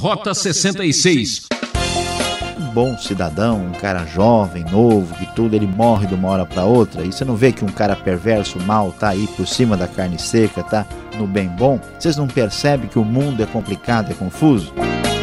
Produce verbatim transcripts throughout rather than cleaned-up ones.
Rota sessenta e seis. Um bom cidadão, um cara jovem, novo, que tudo ele morre de uma hora para outra. E você não vê que um cara perverso, mal, tá aí por cima da carne seca, tá no bem bom? Vocês não percebem que o mundo é complicado, é confuso?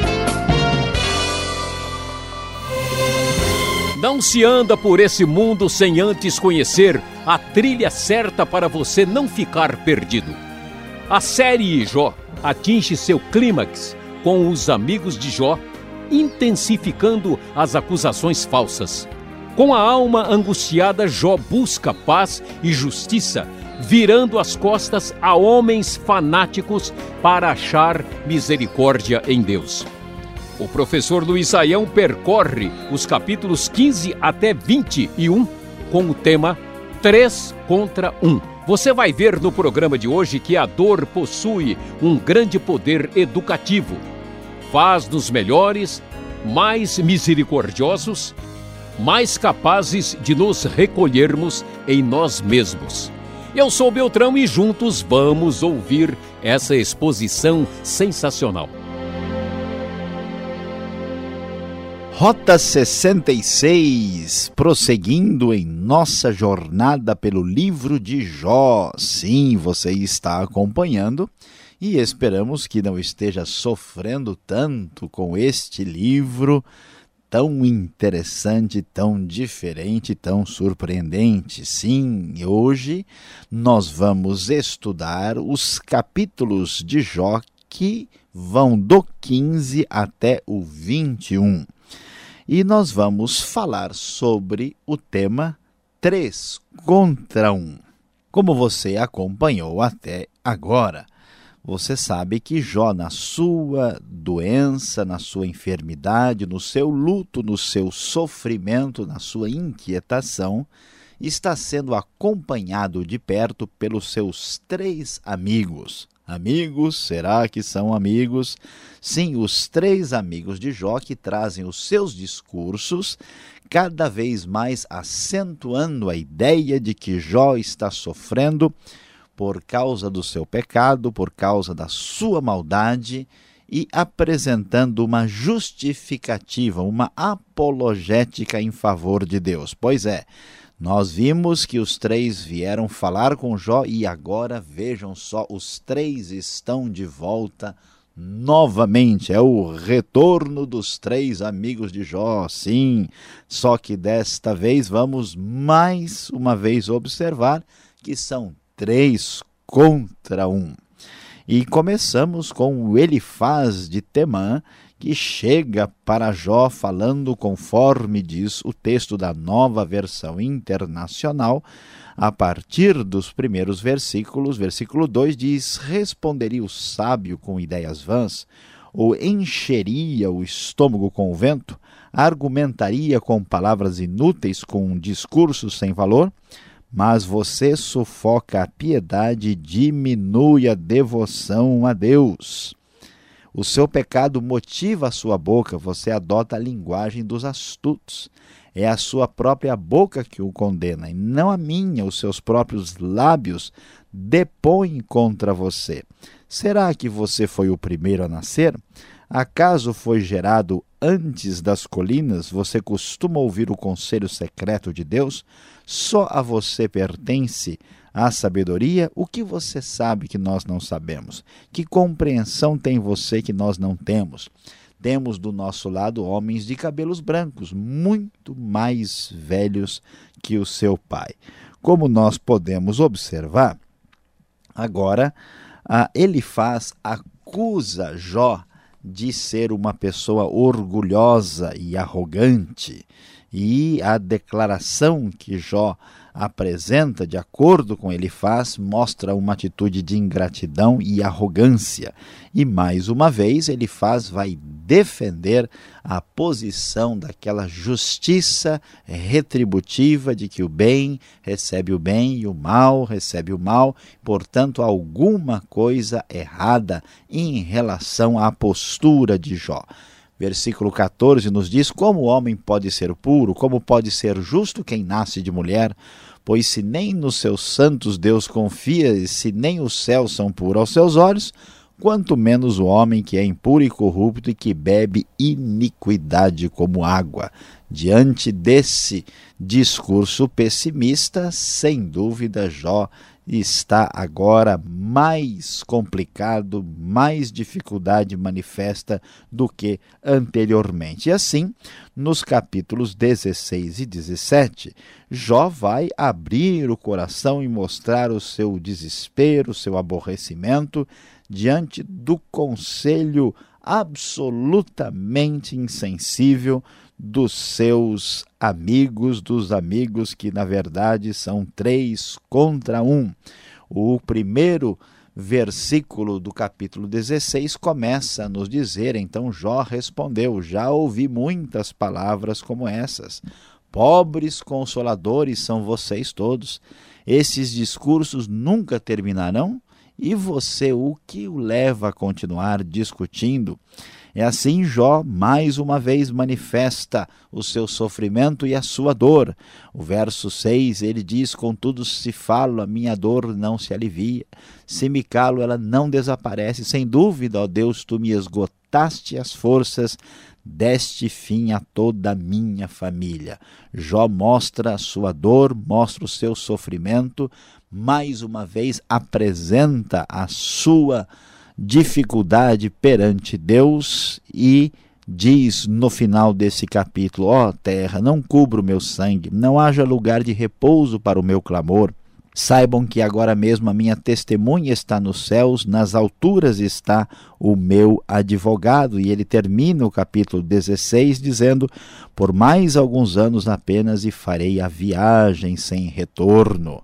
Não se anda por esse mundo sem antes conhecer a trilha certa para você não ficar perdido. A série Jó atinge seu clímax com os amigos de Jó, intensificando as acusações falsas. Com a alma angustiada, Jó busca paz e justiça, virando as costas a homens fanáticos para achar misericórdia em Deus. O professor Luiz Saião percorre os capítulos quinze até vinte e um com o tema três contra um. Você vai ver no programa de hoje que a dor possui um grande poder educativo. Faz-nos melhores, mais misericordiosos, mais capazes de nos recolhermos em nós mesmos. Eu sou Beltrão e juntos vamos ouvir essa exposição sensacional. Rota sessenta e seis, prosseguindo em nossa jornada pelo livro de Jó. Sim, você está acompanhando e esperamos que não esteja sofrendo tanto com este livro tão interessante, tão diferente, tão surpreendente. Sim, hoje nós vamos estudar os capítulos de Jó que vão do quinze até o vinte e um. E nós vamos falar sobre o tema três contra um. Como você acompanhou até agora, você sabe que Jó, na sua doença, na sua enfermidade, no seu luto, no seu sofrimento, na sua inquietação, está sendo acompanhado de perto pelos seus três amigos. Amigos, será que são amigos? Sim, os três amigos de Jó que trazem os seus discursos, cada vez mais acentuando a ideia de que Jó está sofrendo por causa do seu pecado, por causa da sua maldade e apresentando uma justificativa, uma apologética em favor de Deus. Pois é, nós vimos que os três vieram falar com Jó e agora vejam só, os três estão de volta novamente. É o retorno dos três amigos de Jó, sim. Só que desta vez vamos mais uma vez observar que são três contra um. E começamos com o Elifaz de Temã, que chega para Jó falando conforme diz o texto da Nova Versão Internacional, a partir dos primeiros versículos. Versículo dois diz: responderia o sábio com ideias vãs, ou encheria o estômago com o vento, argumentaria com palavras inúteis, com discursos sem valor? Mas você sufoca a piedade e diminui a devoção a Deus. O seu pecado motiva a sua boca, você adota a linguagem dos astutos. É a sua própria boca que o condena, e não a minha. Os seus próprios lábios depõem contra você. Será que você foi o primeiro a nascer? Acaso foi gerado antes das colinas? Você costuma ouvir o conselho secreto de Deus? Só a você pertence a sabedoria. O que você sabe que nós não sabemos? Que compreensão tem você que nós não temos? Temos do nosso lado homens de cabelos brancos, muito mais velhos que o seu pai. Como nós podemos observar, agora a Elifaz acusa Jó de ser uma pessoa orgulhosa e arrogante. E a declaração que Jó apresenta, de acordo com Elifaz, mostra uma atitude de ingratidão e arrogância. E mais uma vez, Elifaz vai defender a posição daquela justiça retributiva de que o bem recebe o bem e o mal recebe o mal. Portanto, alguma coisa errada em relação à postura de Jó. Versículo catorze nos diz: como o homem pode ser puro, como pode ser justo quem nasce de mulher? Pois se nem nos seus santos Deus confia, e se nem os céus são puros aos seus olhos, quanto menos o homem que é impuro e corrupto e que bebe iniquidade como água. Diante desse discurso pessimista, sem dúvida, Jó está agora mais complicado, mais dificuldade manifesta do que anteriormente. E assim, nos capítulos dezesseis e dezessete, Jó vai abrir o coração e mostrar o seu desespero, o seu aborrecimento, diante do conselho absolutamente insensível dos seus amigos, dos amigos que na verdade são três contra um. O primeiro versículo do capítulo dezesseis começa a nos dizer, então Jó respondeu: já ouvi muitas palavras como essas. Pobres consoladores são vocês todos. Esses discursos nunca terminarão? E você, o que o leva a continuar discutindo? É assim, Jó mais uma vez manifesta o seu sofrimento e a sua dor. O verso seis, ele diz: contudo, se falo, a minha dor não se alivia. Se me calo, ela não desaparece. Sem dúvida, ó Deus, tu me esgotaste as forças, deste fim a toda a minha família. Jó mostra a sua dor, mostra o seu sofrimento, mais uma vez apresenta a sua dificuldade perante Deus e diz no final desse capítulo: ó terra, não cubra o meu sangue, não haja lugar de repouso para o meu clamor. Saibam que agora mesmo a minha testemunha está nos céus, nas alturas está o meu advogado. E ele termina o capítulo dezesseis dizendo: por mais alguns anos apenas e farei a viagem sem retorno.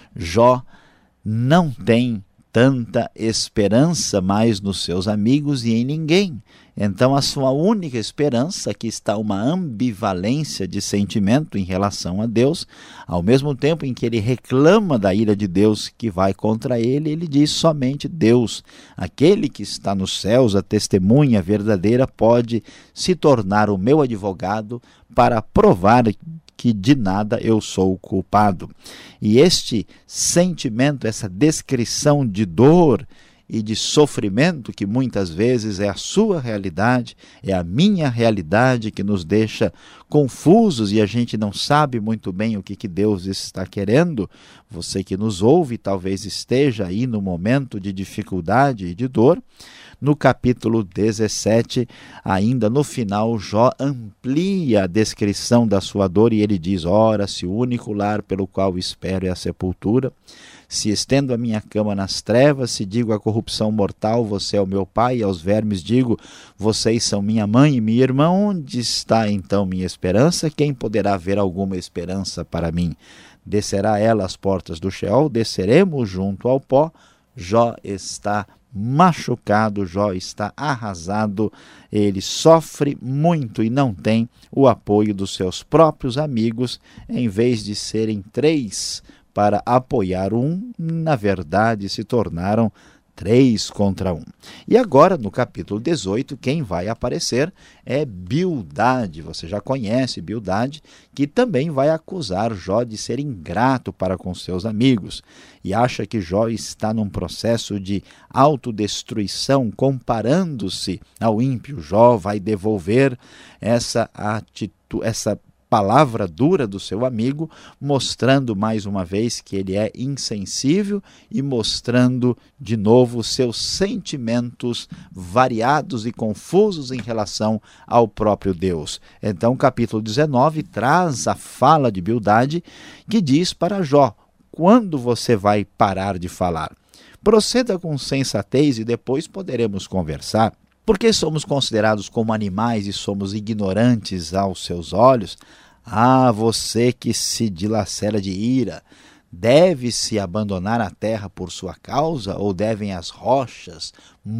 Jó não tem tanta esperança mais nos seus amigos e em ninguém. Então a sua única esperança, aqui está uma ambivalência de sentimento em relação a Deus, ao mesmo tempo em que ele reclama da ira de Deus que vai contra ele, ele diz: somente Deus, aquele que está nos céus, a testemunha verdadeira, pode se tornar o meu advogado para provar que de nada eu sou culpado. E este sentimento, essa descrição de dor e de sofrimento, que muitas vezes é a sua realidade, é a minha realidade, que nos deixa confusos e a gente não sabe muito bem o que, que Deus está querendo. Você que nos ouve talvez esteja aí no momento de dificuldade e de dor. No capítulo dezessete, ainda no final, Jó amplia a descrição da sua dor e ele diz: ora, se o único lar pelo qual espero é a sepultura, se estendo a minha cama nas trevas, se digo à corrupção mortal, você é o meu pai, e aos vermes digo, vocês são minha mãe e minha irmã, onde está então minha esperança? Quem poderá ver alguma esperança para mim? Descerá ela às portas do Sheol, desceremos junto ao pó. Jó está machucado, Jó está arrasado, ele sofre muito e não tem o apoio dos seus próprios amigos. Em vez de serem três para apoiar um, na verdade se tornaram três contra um. E agora, no capítulo dezoito, quem vai aparecer é Bildade. Você já conhece Bildade, que também vai acusar Jó de ser ingrato para com seus amigos e acha que Jó está num processo de autodestruição, comparando-se ao ímpio. Jó vai devolver essa atitude, essa palavra dura do seu amigo, mostrando mais uma vez que ele é insensível e mostrando de novo seus sentimentos variados e confusos em relação ao próprio Deus. Então, o capítulo dezenove traz a fala de Bildade, que diz para Jó: quando você vai parar de falar? Proceda com sensatez e depois poderemos conversar. Porque somos considerados como animais e somos ignorantes aos seus olhos? Ah, você que se dilacera de ira, deve-se abandonar a terra por sua causa, ou devem as rochas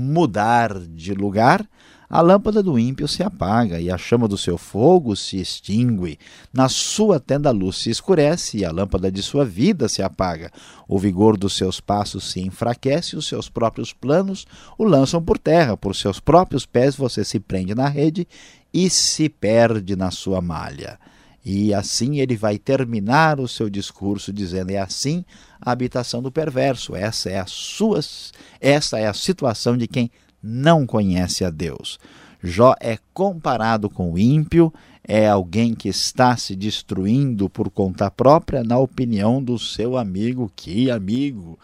mudar de lugar? A lâmpada do ímpio se apaga e a chama do seu fogo se extingue. Na sua tenda a luz se escurece e a lâmpada de sua vida se apaga. O vigor dos seus passos se enfraquece e os seus próprios planos o lançam por terra. Por seus próprios pés você se prende na rede e se perde na sua malha. E assim ele vai terminar o seu discurso dizendo: é assim a habitação do perverso, essa é a sua, essa é a situação de quem não conhece a Deus. Jó é comparado com o ímpio, é alguém que está se destruindo por conta própria, na opinião do seu amigo. Que amigo!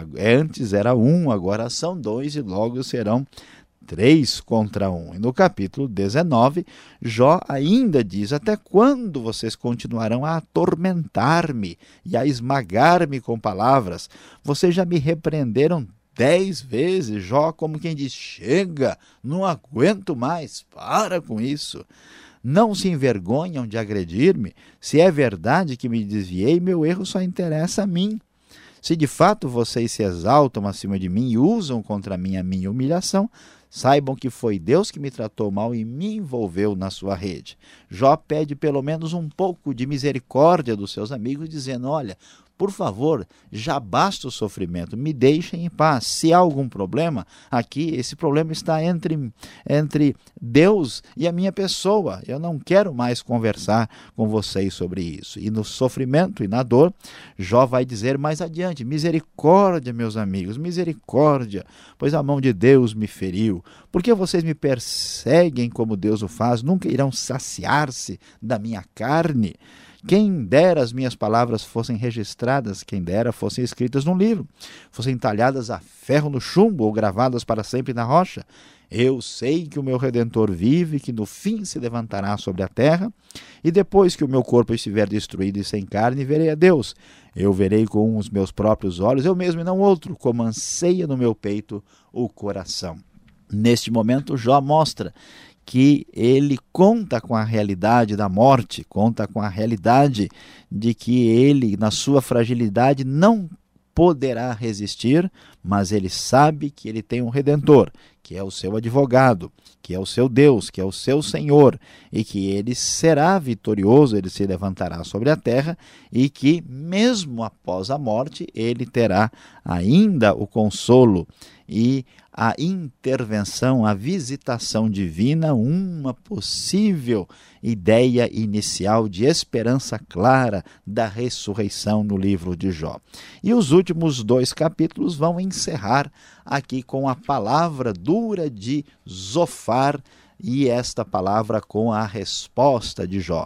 Antes era um, agora são dois e logo serão três contra um. E no capítulo dezenove, Jó ainda diz: até quando vocês continuarão a atormentar-me e a esmagar-me com palavras? Vocês já me repreenderam dez vezes. Jó, como quem diz: chega, não aguento mais, para com isso. Não se envergonham de agredir-me? Se é verdade que me desviei, meu erro só interessa a mim. Se de fato vocês se exaltam acima de mim e usam contra mim a minha humilhação, saibam que foi Deus que me tratou mal e me envolveu na sua rede. Jó pede pelo menos um pouco de misericórdia dos seus amigos, dizendo: olha, por favor, já basta o sofrimento, me deixem em paz. Se há algum problema aqui, esse problema está entre, entre Deus e a minha pessoa. Eu não quero mais conversar com vocês sobre isso. E no sofrimento e na dor, Jó vai dizer mais adiante: misericórdia, meus amigos, misericórdia, pois a mão de Deus me feriu. Porque vocês me perseguem como Deus o faz? Nunca irão saciar-se da minha carne? Quem dera as minhas palavras fossem registradas, quem dera fossem escritas num livro, fossem talhadas a ferro no chumbo ou gravadas para sempre na rocha. Eu sei que o meu Redentor vive, que no fim se levantará sobre a terra, e depois que o meu corpo estiver destruído e sem carne, verei a Deus. Eu verei com os meus próprios olhos, eu mesmo e não outro, como anseia no meu peito o coração. Neste momento, Jó mostra que ele conta com a realidade da morte, conta com a realidade de que ele, na sua fragilidade, não poderá resistir, mas ele sabe que ele tem um Redentor, que é o seu advogado, que é o seu Deus, que é o seu Senhor, e que ele será vitorioso, ele se levantará sobre a terra, e que mesmo após a morte ele terá ainda o consolo e a intervenção, a visitação divina, uma possível ideia inicial de esperança clara da ressurreição no livro de Jó. E os últimos dois capítulos vão encerrar aqui com a palavra dura de Zofar e esta palavra com a resposta de Jó.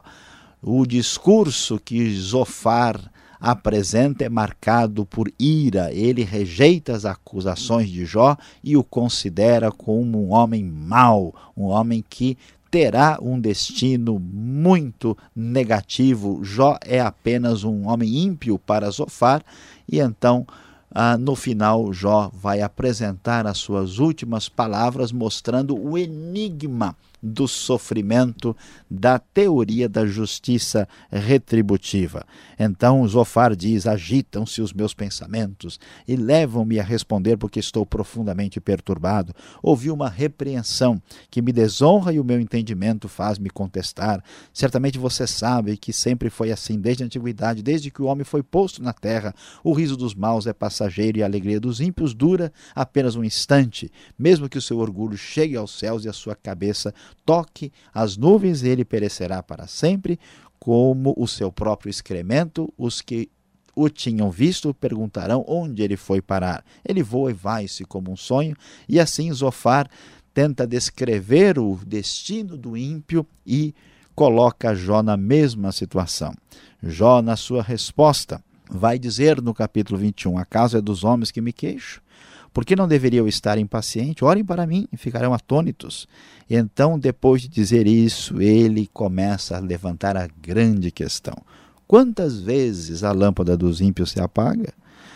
O discurso que Zofar apresenta é marcado por ira. Ele rejeita as acusações de Jó e o considera como um homem mau, um homem que terá um destino muito negativo. Jó é apenas um homem ímpio para Zofar, e então, ah, no final, Jó vai apresentar as suas últimas palavras, mostrando o enigma do sofrimento, da teoria da justiça retributiva. Então Zofar diz: agitam-se os meus pensamentos e levam-me a responder porque estou profundamente perturbado. Ouvi uma repreensão que me desonra e o meu entendimento faz-me contestar. Certamente você sabe que sempre foi assim desde a antiguidade, desde que o homem foi posto na terra. O riso dos maus é passageiro e a alegria dos ímpios dura apenas um instante. Mesmo que o seu orgulho chegue aos céus e a sua cabeça toque as nuvens, ele perecerá para sempre, como o seu próprio excremento. Os que o tinham visto perguntarão onde ele foi parar. Ele voa e vai-se como um sonho. E assim Zofar tenta descrever o destino do ímpio e coloca Jó na mesma situação. Jó, na sua resposta, vai dizer no capítulo vinte e um: acaso é dos homens que me queixo? Por que não deveria eu estar impaciente? Orem para mim e ficarão atônitos. E então, depois de dizer isso, ele começa a levantar a grande questão: quantas vezes a lâmpada dos ímpios se apaga?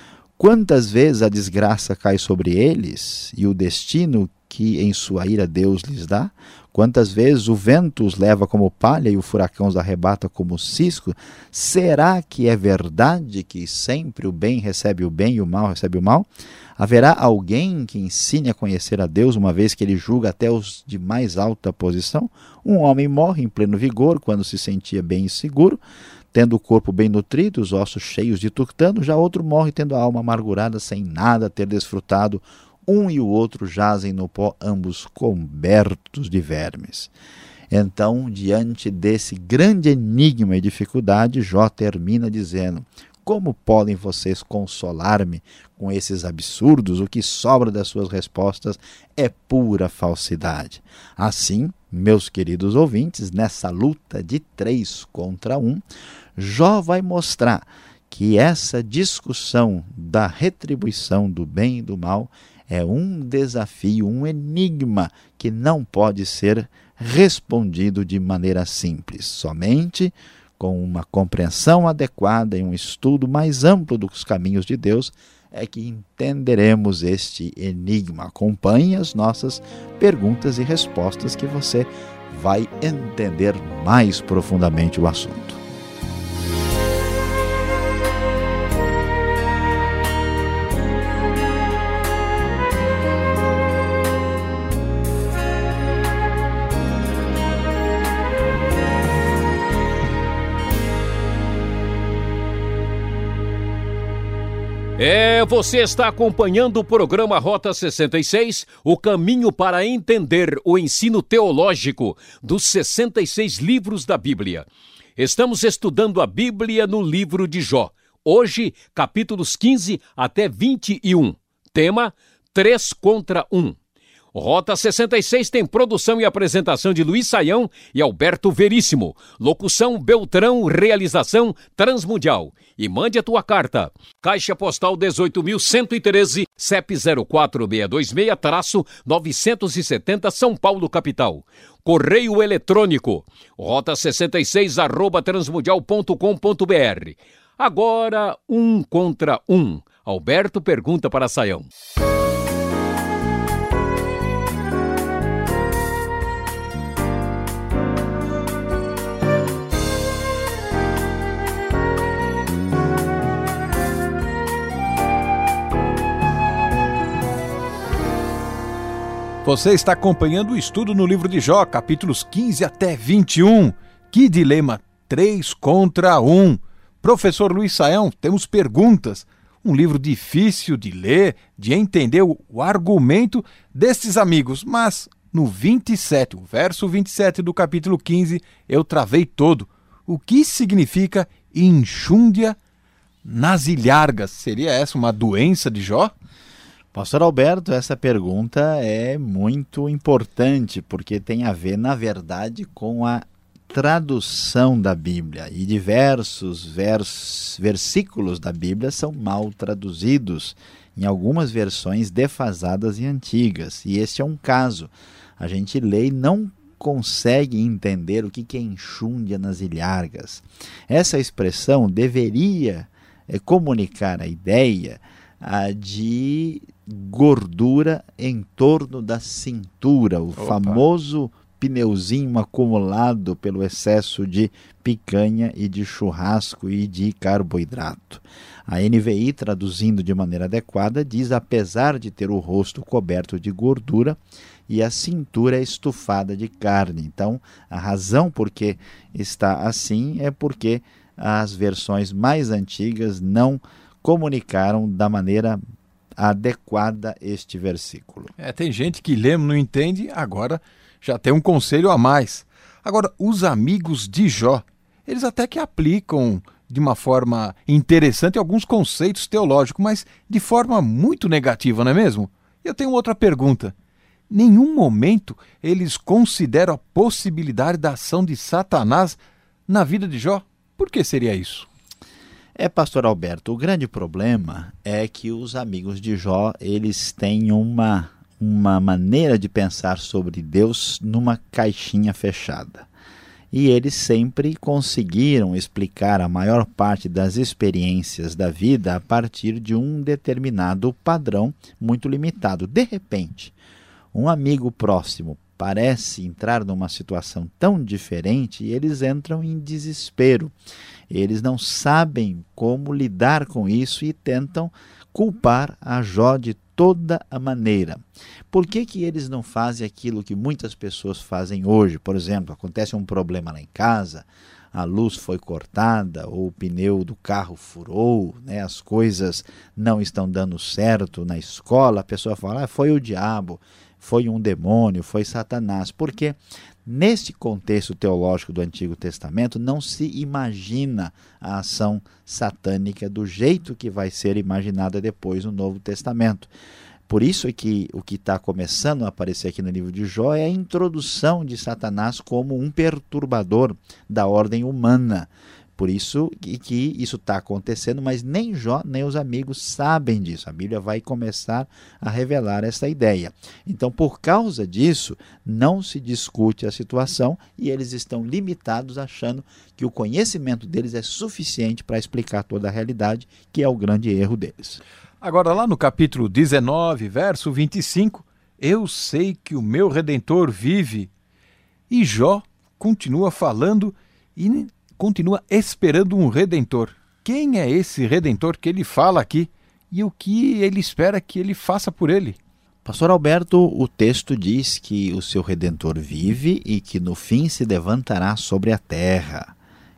Quantas vezes a desgraça cai sobre eles e o destino que em sua ira Deus lhes dá? Quantas vezes o vento os leva como palha e o furacão os arrebata como cisco? Será que é verdade que sempre o bem recebe o bem e o mal recebe o mal? Haverá alguém que ensine a conhecer a Deus, uma vez que ele julga até os de mais alta posição? Um homem morre em pleno vigor quando se sentia bem e seguro, tendo o corpo bem nutrido, os ossos cheios de tuctano. Já outro morre tendo a alma amargurada, sem nada ter desfrutado. Um e o outro jazem no pó, ambos cobertos de vermes. Então, diante desse grande enigma e dificuldade, Jó termina dizendo: como podem vocês consolar-me com esses absurdos? O que sobra das suas respostas é pura falsidade. Assim, meus queridos ouvintes, nessa luta de três contra um, Jó vai mostrar que essa discussão da retribuição do bem e do mal é um desafio, um enigma que não pode ser respondido de maneira simples. Somente com uma compreensão adequada e um estudo mais amplo dos caminhos de Deus é que entenderemos este enigma. Acompanhe as nossas perguntas e respostas que você vai entender mais profundamente o assunto. É, você está acompanhando o programa Rota sessenta e seis, o caminho para entender o ensino teológico dos sessenta e seis livros da Bíblia. Estamos estudando a Bíblia no livro de Jó. Hoje, capítulos quinze até vinte e um. Tema: três contra um. Rota sessenta e seis tem produção e apresentação de Luiz Saião e Alberto Veríssimo. Locução Beltrão, realização Transmundial. E mande a tua carta. Caixa Postal dezoito mil cento e treze, C E P zero quatro seis dois seis, novecentos e setenta, São Paulo, capital. Correio eletrônico, rota sessenta e seis, arroba transmundial ponto com ponto br. Agora, um contra um. Alberto pergunta para Saião. Você está acompanhando o estudo no livro de Jó, capítulos quinze até vinte e um. Que dilema, três contra um. Professor Luiz Saião, temos perguntas. Um livro difícil de ler, de entender o, o argumento destes amigos. Mas no vinte e sete, o verso vinte e sete do capítulo quinze, eu travei todo. O que significa enxúndia nas ilhargas? Seria essa uma doença de Jó? Pastor Alberto, essa pergunta é muito importante, porque tem a ver, na verdade, com a tradução da Bíblia. E diversos vers, versículos da Bíblia são mal traduzidos, em algumas versões defasadas e antigas. E este é um caso. A gente lê e não consegue entender o que é enxúndia nas ilhargas. Essa expressão deveria é, comunicar a ideia a de gordura em torno da cintura, o Opa. famoso pneuzinho acumulado pelo excesso de picanha e de churrasco e de carboidrato. A N V I, traduzindo de maneira adequada, diz: apesar de ter o rosto coberto de gordura e a cintura estufada de carne. Então, a razão por que está assim é porque as versões mais antigas não comunicaram da maneira adequada este versículo. É, tem gente que lê, não entende, agora já tem um conselho a mais. Agora, os amigos de Jó, eles até que aplicam de uma forma interessante alguns conceitos teológicos, mas de forma muito negativa, não é mesmo? E eu tenho outra pergunta. Nenhum momento eles consideram a possibilidade da ação de Satanás na vida de Jó? Por que seria isso? É, pastor Alberto, o grande problema é que os amigos de Jó, eles têm uma, uma maneira de pensar sobre Deus numa caixinha fechada. E eles sempre conseguiram explicar a maior parte das experiências da vida a partir de um determinado padrão muito limitado. De repente, um amigo próximo parece entrar numa situação tão diferente e eles entram em desespero. Eles não sabem como lidar com isso e tentam culpar a Jó de toda a maneira. Por que que eles não fazem aquilo que muitas pessoas fazem hoje? Por exemplo, acontece um problema lá em casa, a luz foi cortada ou o pneu do carro furou, né? As coisas não estão dando certo na escola, a pessoa fala, ah, foi o diabo, foi um demônio, foi Satanás. Porque Neste contexto teológico do Antigo Testamento, não se imagina a ação satânica do jeito que vai ser imaginada depois no Novo Testamento. Por isso é que o que está começando a aparecer aqui no livro de Jó é a introdução de Satanás como um perturbador da ordem humana. Por isso que, que isso está acontecendo, mas nem Jó nem os amigos sabem disso. A Bíblia vai começar a revelar essa ideia. Então, por causa disso, não se discute a situação e eles estão limitados achando que o conhecimento deles é suficiente para explicar toda a realidade, que é o grande erro deles. Agora, lá no capítulo dezenove, verso vinte e cinco, eu sei que o meu Redentor vive. E Jó continua falando e continua esperando um Redentor. Quem é esse Redentor que ele fala aqui e o que ele espera que ele faça por ele? Pastor Alberto, o texto diz que o seu Redentor vive e que no fim se levantará sobre a terra.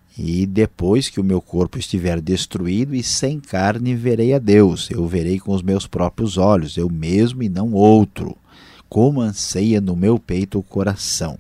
E depois que o meu corpo estiver destruído e sem carne, verei a Deus. Eu verei com os meus próprios olhos, eu mesmo e não outro. Como anseia no meu peito o coração.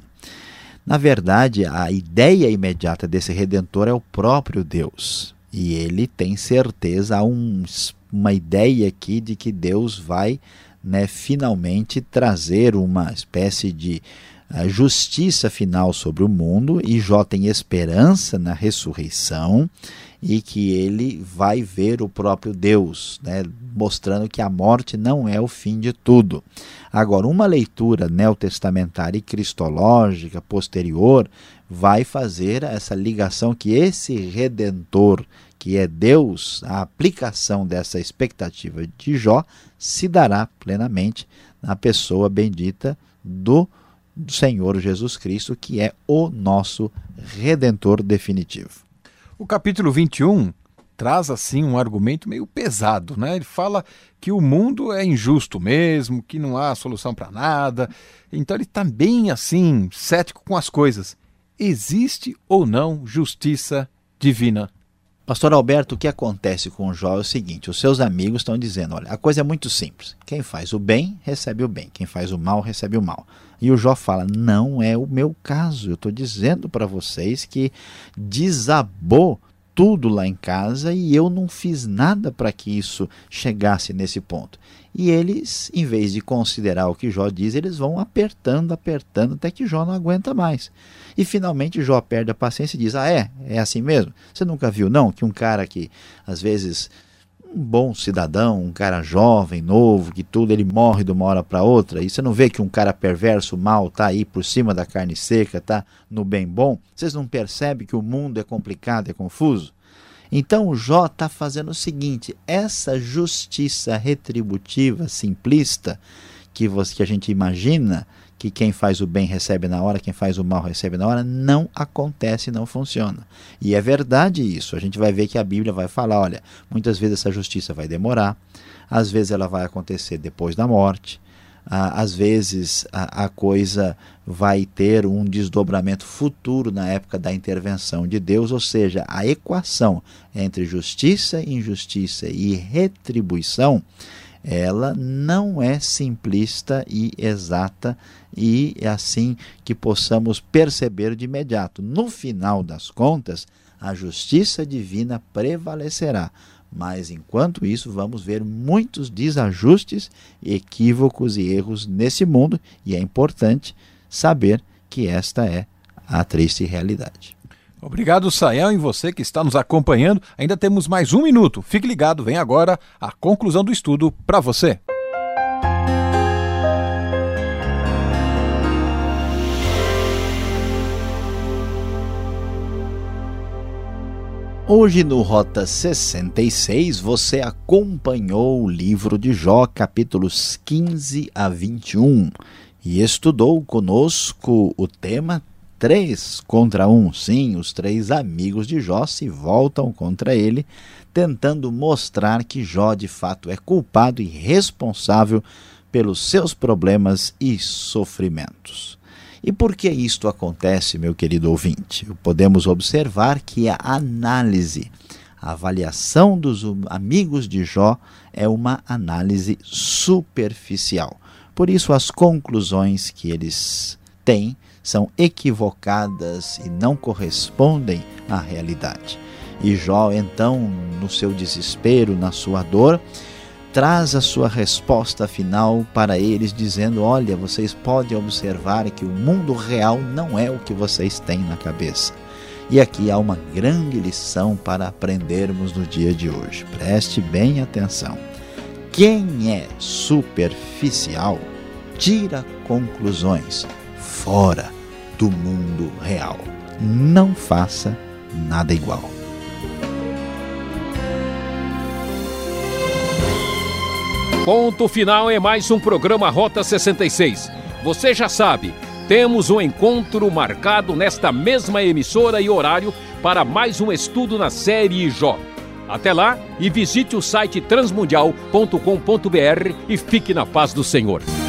Na verdade, a ideia imediata desse Redentor é o próprio Deus. E ele tem certeza, há um, uma ideia aqui de que Deus vai, né, finalmente trazer uma espécie de uh, justiça final sobre o mundo. E Jó tem esperança na ressurreição e que ele vai ver o próprio Deus, né, mostrando que a morte não é o fim de tudo. Agora, uma leitura neotestamentária e cristológica posterior vai fazer essa ligação que esse Redentor, que é Deus, a aplicação dessa expectativa de Jó, se dará plenamente na pessoa bendita do Senhor Jesus Cristo, que é o nosso Redentor definitivo. O capítulo vinte e um traz assim um argumento meio pesado, né? Ele fala que o mundo é injusto mesmo, que não há solução para nada. Então ele está bem assim, cético com as coisas. Existe ou não justiça divina? Pastor Alberto, o que acontece com Jó é o seguinte: os seus amigos estão dizendo, olha, a coisa é muito simples. Quem faz o bem, recebe o bem. Quem faz o mal, recebe o mal. E o Jó fala, não é o meu caso. Eu estou dizendo para vocês que desabou tudo lá em casa e eu não fiz nada para que isso chegasse nesse ponto. E eles, em vez de considerar o que Jó diz, eles vão apertando, apertando, até que Jó não aguenta mais. E finalmente Jó perde a paciência e diz, ah é? É assim mesmo? Você nunca viu não que um cara que às vezes um bom cidadão, um cara jovem, novo, que tudo ele morre de uma hora para outra, e você não vê que um cara perverso, mal, está aí por cima da carne seca, está no bem bom? Vocês não percebem que o mundo é complicado, é confuso? Então o Jó está fazendo o seguinte, essa justiça retributiva, simplista, que, você, que a gente imagina, que quem faz o bem recebe na hora, quem faz o mal recebe na hora, não acontece, não funciona. E é verdade isso. A gente vai ver que a Bíblia vai falar, olha, muitas vezes essa justiça vai demorar, às vezes ela vai acontecer depois da morte, às vezes a, a coisa vai ter um desdobramento futuro na época da intervenção de Deus, ou seja, a equação entre justiça, injustiça e retribuição, ela não é simplista e exata e é assim que possamos perceber de imediato. No final das contas, a justiça divina prevalecerá, mas enquanto isso vamos ver muitos desajustes, equívocos e erros nesse mundo e é importante saber que esta é a triste realidade. Obrigado, Saião, e você que está nos acompanhando. Ainda temos mais um minuto. Fique ligado, vem agora a conclusão do estudo para você. Hoje no Rota sessenta e seis você acompanhou o livro de Jó, capítulos quinze a vinte e um, e estudou conosco o tema três contra um. Sim, os três amigos de Jó se voltam contra ele, tentando mostrar que Jó de fato é culpado e responsável pelos seus problemas e sofrimentos. E por que isto acontece, meu querido ouvinte? Podemos observar que a análise, a avaliação dos amigos de Jó é uma análise superficial. Por isso, as conclusões que eles têm são equivocadas e não correspondem à realidade. E Jó, então, no seu desespero, na sua dor, traz a sua resposta final para eles, dizendo: olha, vocês podem observar que o mundo real não é o que vocês têm na cabeça. E aqui há uma grande lição para aprendermos no dia de hoje. Preste bem atenção. Quem é superficial tira conclusões fora do mundo real. Não faça nada igual. Ponto final é mais um programa Rota sessenta e seis. Você já sabe, temos um encontro marcado nesta mesma emissora e horário para mais um estudo na série Jó. Até lá e visite o site transmundial ponto com ponto br e fique na paz do Senhor.